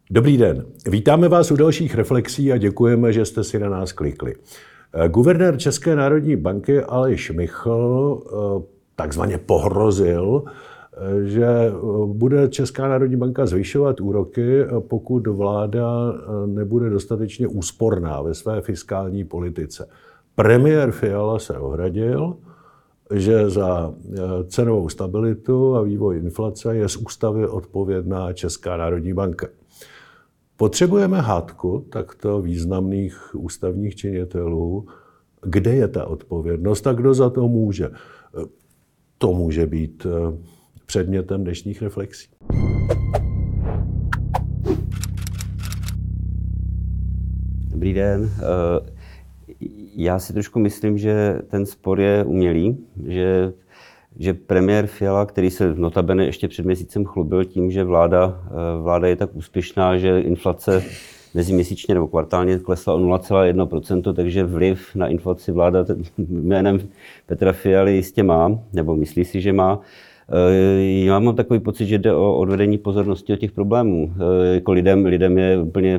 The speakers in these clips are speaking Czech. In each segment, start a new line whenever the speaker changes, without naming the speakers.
Dobrý den. Vítáme vás u dalších reflexí a děkujeme, že jste si na nás klikli. Guvernér České národní banky Aleš Michl takzvaně pohrozil, že bude Česká národní banka zvyšovat úroky, pokud vláda nebude dostatečně úsporná ve své fiskální politice. Premiér Fiala se ohradil, že za cenovou stabilitu a vývoj inflace je z ústavy odpovědná Česká národní banka. Potřebujeme hádku takto významných ústavních činitelů, kde je ta odpovědnost a kdo za to může. To může být předmětem dnešních reflexí.
Dobrý den. Já si trošku myslím, že ten spor je umělý, že premiér Fiala, který se notabene ještě před měsícem chlubil tím, že vláda je tak úspěšná, že inflace meziměsíčně nebo kvartálně klesla o 0,1%, takže vliv na inflaci vláda jménem Petra Fialy jistě má, nebo myslí si, že má. Já mám takový pocit, že jde o odvedení pozornosti od těch problémů. Jako lidem je úplně,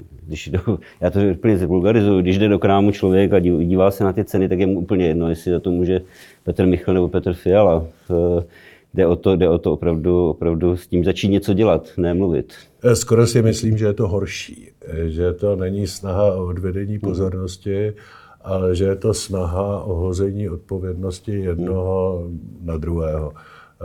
já to úplně zvulgarizuju, když jde do krámu člověk a dívá se na ty ceny, tak je mu úplně jedno, jestli za to může Petr Michl nebo Petr Fiala. Jde o to opravdu s tím začít něco dělat, ne mluvit.
Skoro si myslím, že je to horší, že to není snaha o odvedení pozornosti, ale že je to snaha o hození odpovědnosti jednoho na druhého.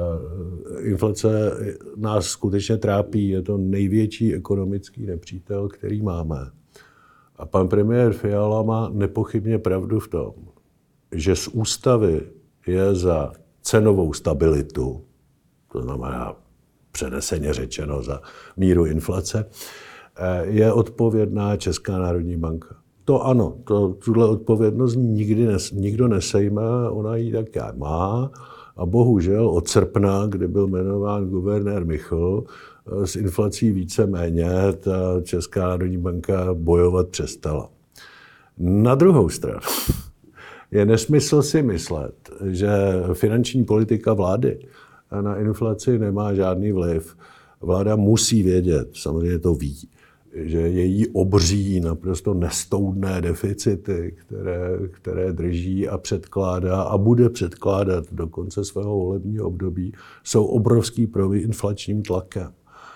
Inflace nás skutečně trápí, je to největší ekonomický nepřítel, který máme. A pan premiér Fiala má nepochybně pravdu v tom, že z ústavy je za cenovou stabilitu, to znamená přeneseně řečeno za míru inflace, je odpovědná Česká národní banka. To ano, tuhle odpovědnost nikdo nesejme, ona ji také má. A bohužel od srpna, kdy byl jmenován guvernér Michl, s inflací víceméně ta Česká národní banka bojovat přestala. Na druhou stranu je nesmysl si myslet, že finanční politika vlády na inflaci nemá žádný vliv. Vláda musí vědět, samozřejmě to ví, že její obří, naprosto nestoudné deficity, které drží a předkládá a bude předkládat do konce svého volebního období, jsou obrovský proinflačním tlakem.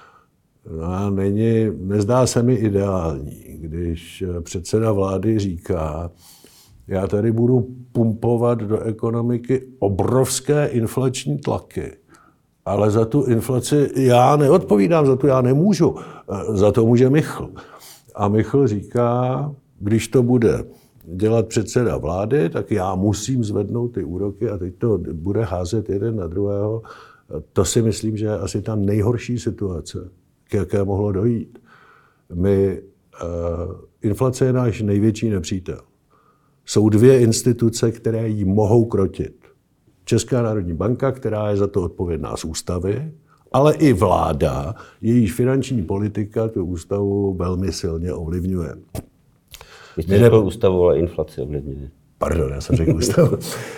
A nezdá se mi ideální, když předseda vlády říká, já tady budu pumpovat do ekonomiky obrovské inflační tlaky, ale za tu inflaci já neodpovídám, za to já nemůžu, za to může Michl. A Michl říká, když to bude dělat předseda vlády, tak já musím zvednout ty úroky a teď to bude házet jeden na druhého. To si myslím, že je asi ta nejhorší situace, k jaké mohlo dojít. Inflace je náš největší nepřítel. Jsou dvě instituce, které ji mohou krotit. Česká národní banka, která je za to odpovědná z ústavy, ale i vláda, jejíž finanční politika tu ústavu velmi silně ovlivňuje.
Vy jste řekl ústavu, ale inflaci ovlivňuje.
Pardon, já jsem řekl ústavu.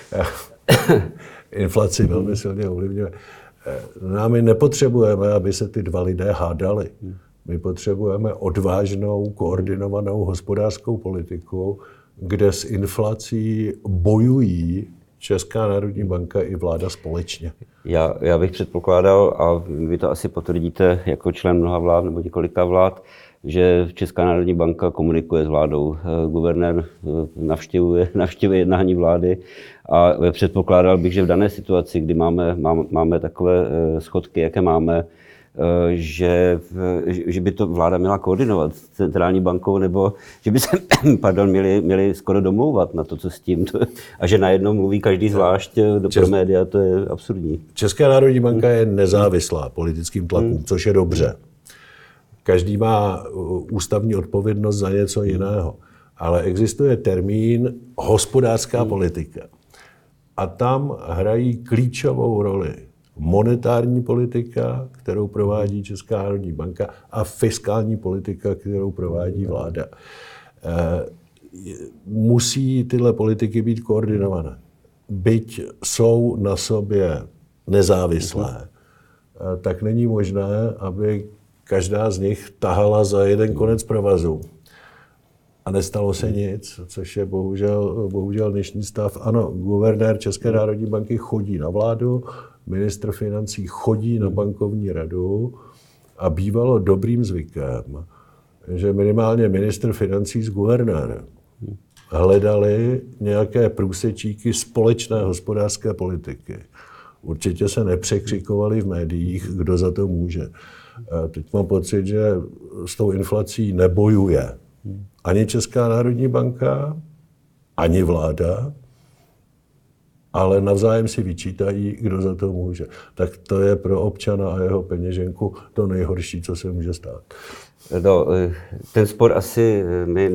Inflaci velmi silně ovlivňuje. My nepotřebujeme, aby se ty dva lidé hádali. My potřebujeme odvážnou, koordinovanou hospodářskou politiku, kde s inflací bojují Česká národní banka i vláda společně.
Já bych předpokládal, a vy to asi potvrdíte jako člen mnoha vlád nebo několika vlád, že Česká národní banka komunikuje s vládou. Guvernér navštěvuje jednání vlády a předpokládal bych, že v dané situaci, kdy máme takové schodky, jaké máme, že by to vláda měla koordinovat s centrální bankou, nebo že by se měli skoro domlouvat na to, co s tím. A že najednou mluví každý zvlášť pro média, to je absurdní.
Česká národní banka je nezávislá politickým tlakům, což je dobře. Každý má ústavní odpovědnost za něco jiného. Ale existuje termín hospodářská politika. A tam hrají klíčovou roli monetární politika, kterou provádí Česká národní banka, a fiskální politika, kterou provádí vláda. Musí tyhle politiky být koordinované. Byť jsou na sobě nezávislé, tak není možné, aby každá z nich tahala za jeden konec provazu. A nestalo se nic, což je bohužel dnešní stav. Ano, guvernér České národní banky chodí na vládu, ministr financí chodí na bankovní radu a bývalo dobrým zvykem, že minimálně ministr financí s guvernérem hledali nějaké průsečíky společné hospodářské politiky. Určitě se nepřekřikovali v médiích, kdo za to může. Teď mám pocit, že s tou inflací nebojuje ani Česká národní banka, ani vláda, ale navzájem si vyčítají, kdo za to může. Tak to je pro občana a jeho peněženku to nejhorší, co se může stát.
No, ten spor asi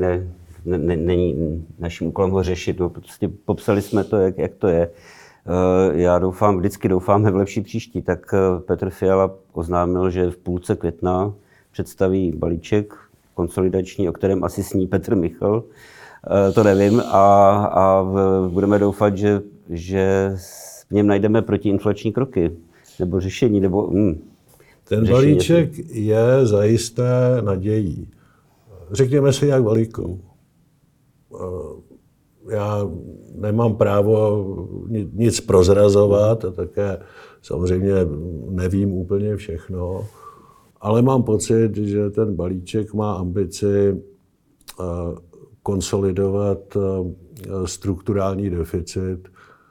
není naším úkolem ho řešit. No, prostě popsali jsme to, jak to je. Já vždycky doufáme v lepší příští. Tak Petr Fiala oznámil, že v půlce května představí balíček konsolidační, o kterém asi sní Petr Michal. To nevím. A budeme doufat, že v něm najdeme protiinflační kroky. Nebo řešení, nebo...
Ten balíček je zajisté nadějí. Řekněme si, jak velikou. Já nemám právo nic prozrazovat a také samozřejmě nevím úplně všechno, ale mám pocit, že ten balíček má ambici konsolidovat strukturální deficit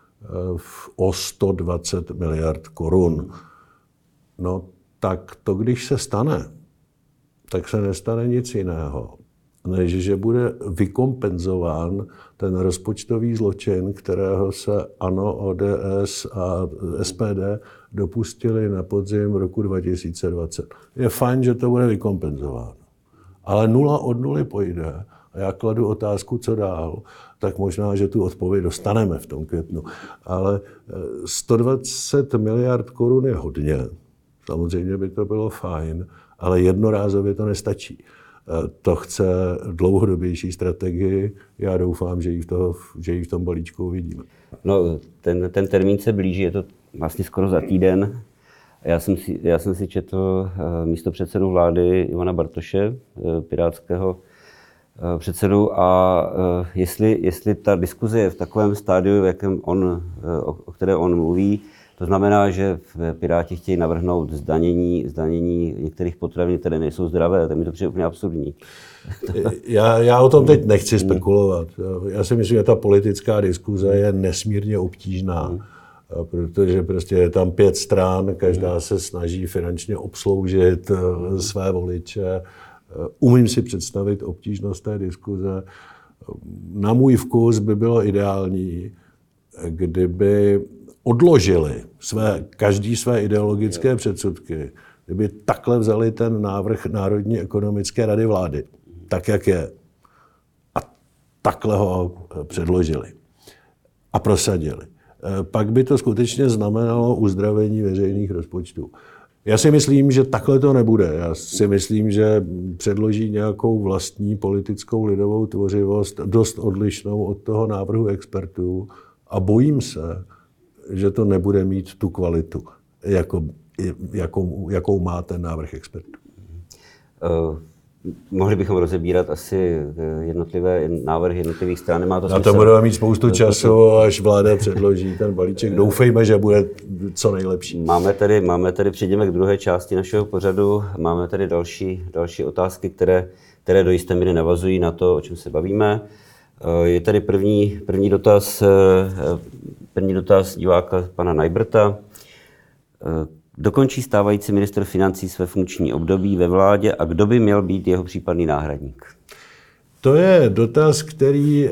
o 120 miliard korun. No tak to, když se stane, tak se nestane nic jiného, než že bude vykompenzován ten rozpočtový zločin, kterého se ANO, ODS a SPD dopustili na podzim roku 2020. Je fajn, že to bude vykompenzováno. Ale nula od nuly pojde. A já kladu otázku, co dál, tak možná, že tu odpověď dostaneme v tom květnu. Ale 120 miliard korun je hodně. Samozřejmě by to bylo fajn, ale jednorázově to nestačí. To chce dlouhodobější strategii. Já doufám, že ji v tom balíčku uvidíme.
No, ten termín se blíží, je to vlastně skoro za týden. Já jsem si četl místopředsedu vlády Ivana Bartoše, pirátského předsedu, a jestli ta diskuze je v takovém stádiu, o které on mluví, to znamená, že Piráti chtějí navrhnout zdanění některých potravin, které nejsou zdravé, tak mi to přijde úplně absurdní.
Já o tom teď nechci spekulovat. Já si myslím, že ta politická diskuze je nesmírně obtížná, protože prostě je tam 5 stran, každá se snaží finančně obsloužit své voliče. Umím si představit obtížnost té diskuze. Na můj vkus by bylo ideální, kdyby odložili každý své ideologické předsudky, kdyby takhle vzali ten návrh Národní ekonomické rady vlády, tak jak je, a takhle ho předložili a prosadili. Pak by to skutečně znamenalo uzdravení veřejných rozpočtů. Já si myslím, že takhle to nebude. Já si myslím, že předloží nějakou vlastní politickou lidovou tvořivost, dost odlišnou od toho návrhu expertů, a bojím se, že to nebude mít tu kvalitu, jakou má ten návrh expertů.
Mohli bychom rozebírat asi jednotlivé návrhy jednotlivých stran. Nemá to
smysl. Na to budeme mít spoustu času, až vláda předloží ten balíček. Doufejme, že bude co nejlepší.
Máme tady, přejdeme k druhé části našeho pořadu. Máme tady další otázky, které do jisté míry navazují na to, o čem se bavíme. Je tady první dotaz diváka pana Najbrta. Dokončí stávající ministr financí své funkční období ve vládě a kdo by měl být jeho případný náhradník?
To je dotaz, který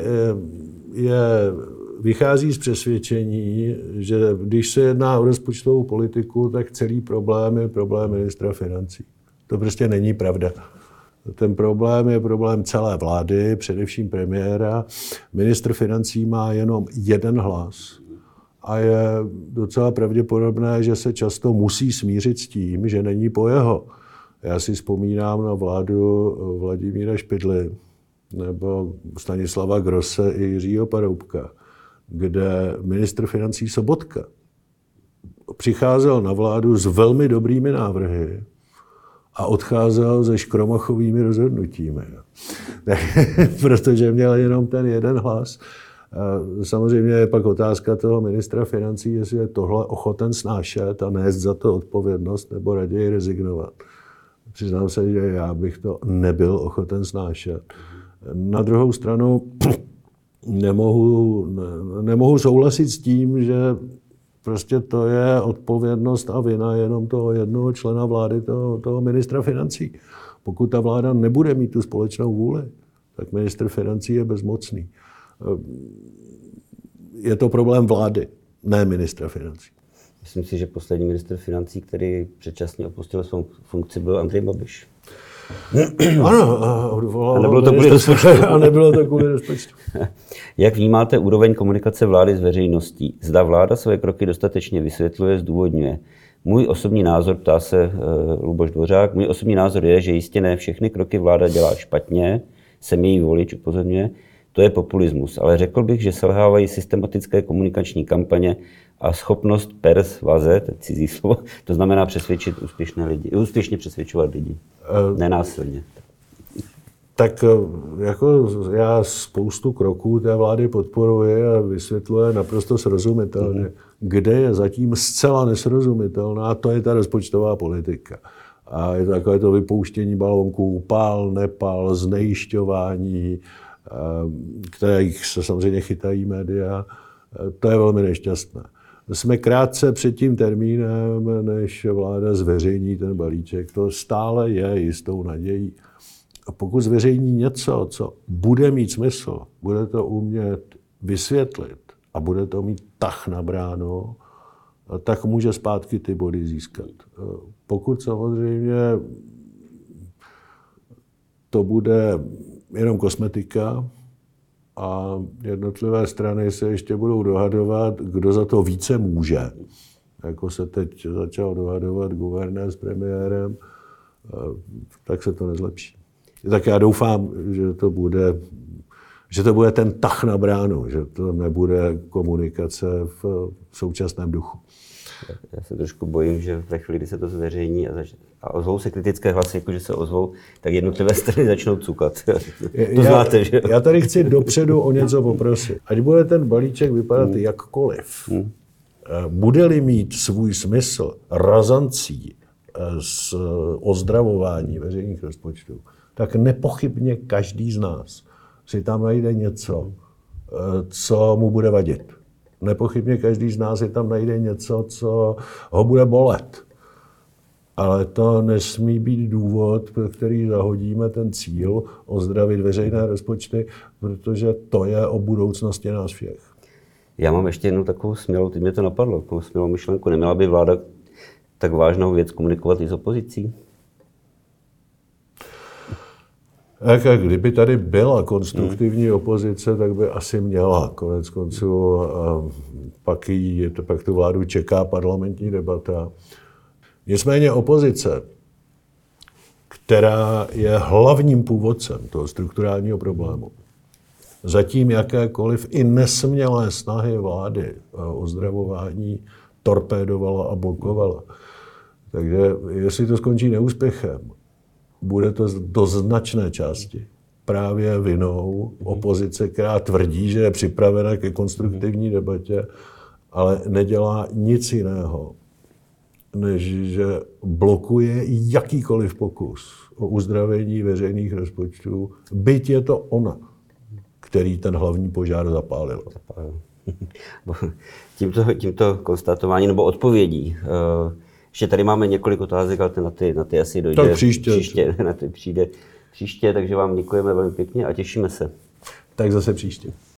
vychází z přesvědčení, že když se jedná o rozpočtovou politiku, tak celý problém je problém ministra financí. To prostě není pravda. Ten problém je problém celé vlády, především premiéra. Ministr financí má jenom jeden hlas. A je docela pravděpodobné, že se často musí smířit s tím, že není po jeho. Já si vzpomínám na vládu Vladimíra Špidly nebo Stanislava Grosse i Jiřího Paroubka, kde ministr financí Sobotka přicházel na vládu s velmi dobrými návrhy a odcházel se škromachovými rozhodnutími. Protože měl jenom ten jeden hlas. Samozřejmě je pak otázka toho ministra financí, jestli je tohle ochoten snášet a nést za to odpovědnost, nebo raději rezignovat. Přiznám se, že já bych to nebyl ochoten snášet. Na druhou stranu nemohu souhlasit s tím, že prostě to je odpovědnost a vina jenom toho jednoho člena vlády, toho ministra financí. Pokud ta vláda nebude mít tu společnou vůli, tak ministr financí je bezmocný. Je to problém vlády, ne ministra financí.
Myslím si, že poslední ministr financí, který předčasně opustil svou funkci, byl Andrej Babiš.
Ano,
a nebylo to kvůli rozpočtu.
A nebylo to kvůli rozpočtu.
Jak vnímáte úroveň komunikace vlády s veřejností? Zda vláda své kroky dostatečně vysvětluje, zdůvodňuje? Můj osobní názor, ptá se Luboš Dvořák, můj osobní názor je, že jistě ne všechny kroky vláda dělá špatně, jsem její volič, upozorňuje, to je populismus, ale řekl bych, že selhávají systematické komunikační kampaně a schopnost persvaze, to je cizí slovo, to znamená přesvědčit úspěšně přesvědčovat lidi, nenásilně.
Tak jako já spoustu kroků té vlády podporuji a vysvětluje naprosto srozumitelně. Kde je zatím zcela nesrozumitelná, to je ta rozpočtová politika. A je to takové to vypouštění balónků, pál, nepál, znejišťování, kterých se samozřejmě chytají média. To je velmi nešťastné. Jsme krátce před tím termínem, než vláda zveřejní ten balíček. To stále je jistou nadějí. A pokud zveřejní něco, co bude mít smysl, bude to umět vysvětlit a bude to mít tah na bránu, tak může zpátky ty body získat. Pokud samozřejmě to bude jenom kosmetika a jednotlivé strany se ještě budou dohadovat, kdo za to více může, jako se teď začal dohadovat guvernér s premiérem, tak se to nezlepší. Tak já doufám, že to bude ten tah na bránu, že to nebude komunikace v současném duchu.
Já se trošku bojím, že ve chvíli, kdy se to zveřejní a ozvou se kritické hlasy, jakože se ozvou, tak jednotlivé strany začnou cukat. To znáte, že?
Já tady chci dopředu o něco poprosit. Ať bude ten balíček vypadat jakkoliv, bude-li mít svůj smysl razancí z ozdravování veřejných rozpočtů, tak nepochybně každý z nás si tam najde něco, co mu bude vadit. Nepochybně každý z nás si tam najde něco, co ho bude bolet. Ale to nesmí být důvod, pro který zahodíme ten cíl ozdravit veřejné rozpočty, protože to je o budoucnosti nás všech.
Já mám ještě jednu takovou smělou, teď mě to napadlo, takovou smělou myšlenku. Neměla by vláda tak vážnou věc komunikovat i s opozicí?
Kdyby tady byla konstruktivní opozice, tak by asi měla. Konec konců pak tu vládu čeká parlamentní debata. Nicméně opozice, která je hlavním původcem toho strukturálního problému, zatím jakékoliv i nesmělé snahy vlády o ozdravování torpédovala a blokovala. Takže jestli to skončí neúspěchem, bude to do značné části právě vinou opozice, která tvrdí, že je připravena ke konstruktivní debatě, ale nedělá nic jiného, než že blokuje jakýkoliv pokus o uzdravení veřejných rozpočtů, byť je to ona, který ten hlavní požár zapálil.
Tímto konstatování nebo odpovědí. Ještě tady máme několik otázek, ale na ty asi dojde.
Tak příště.
Na ty přijde příště, takže vám děkujeme velmi pěkně a těšíme se.
Tak zase příště.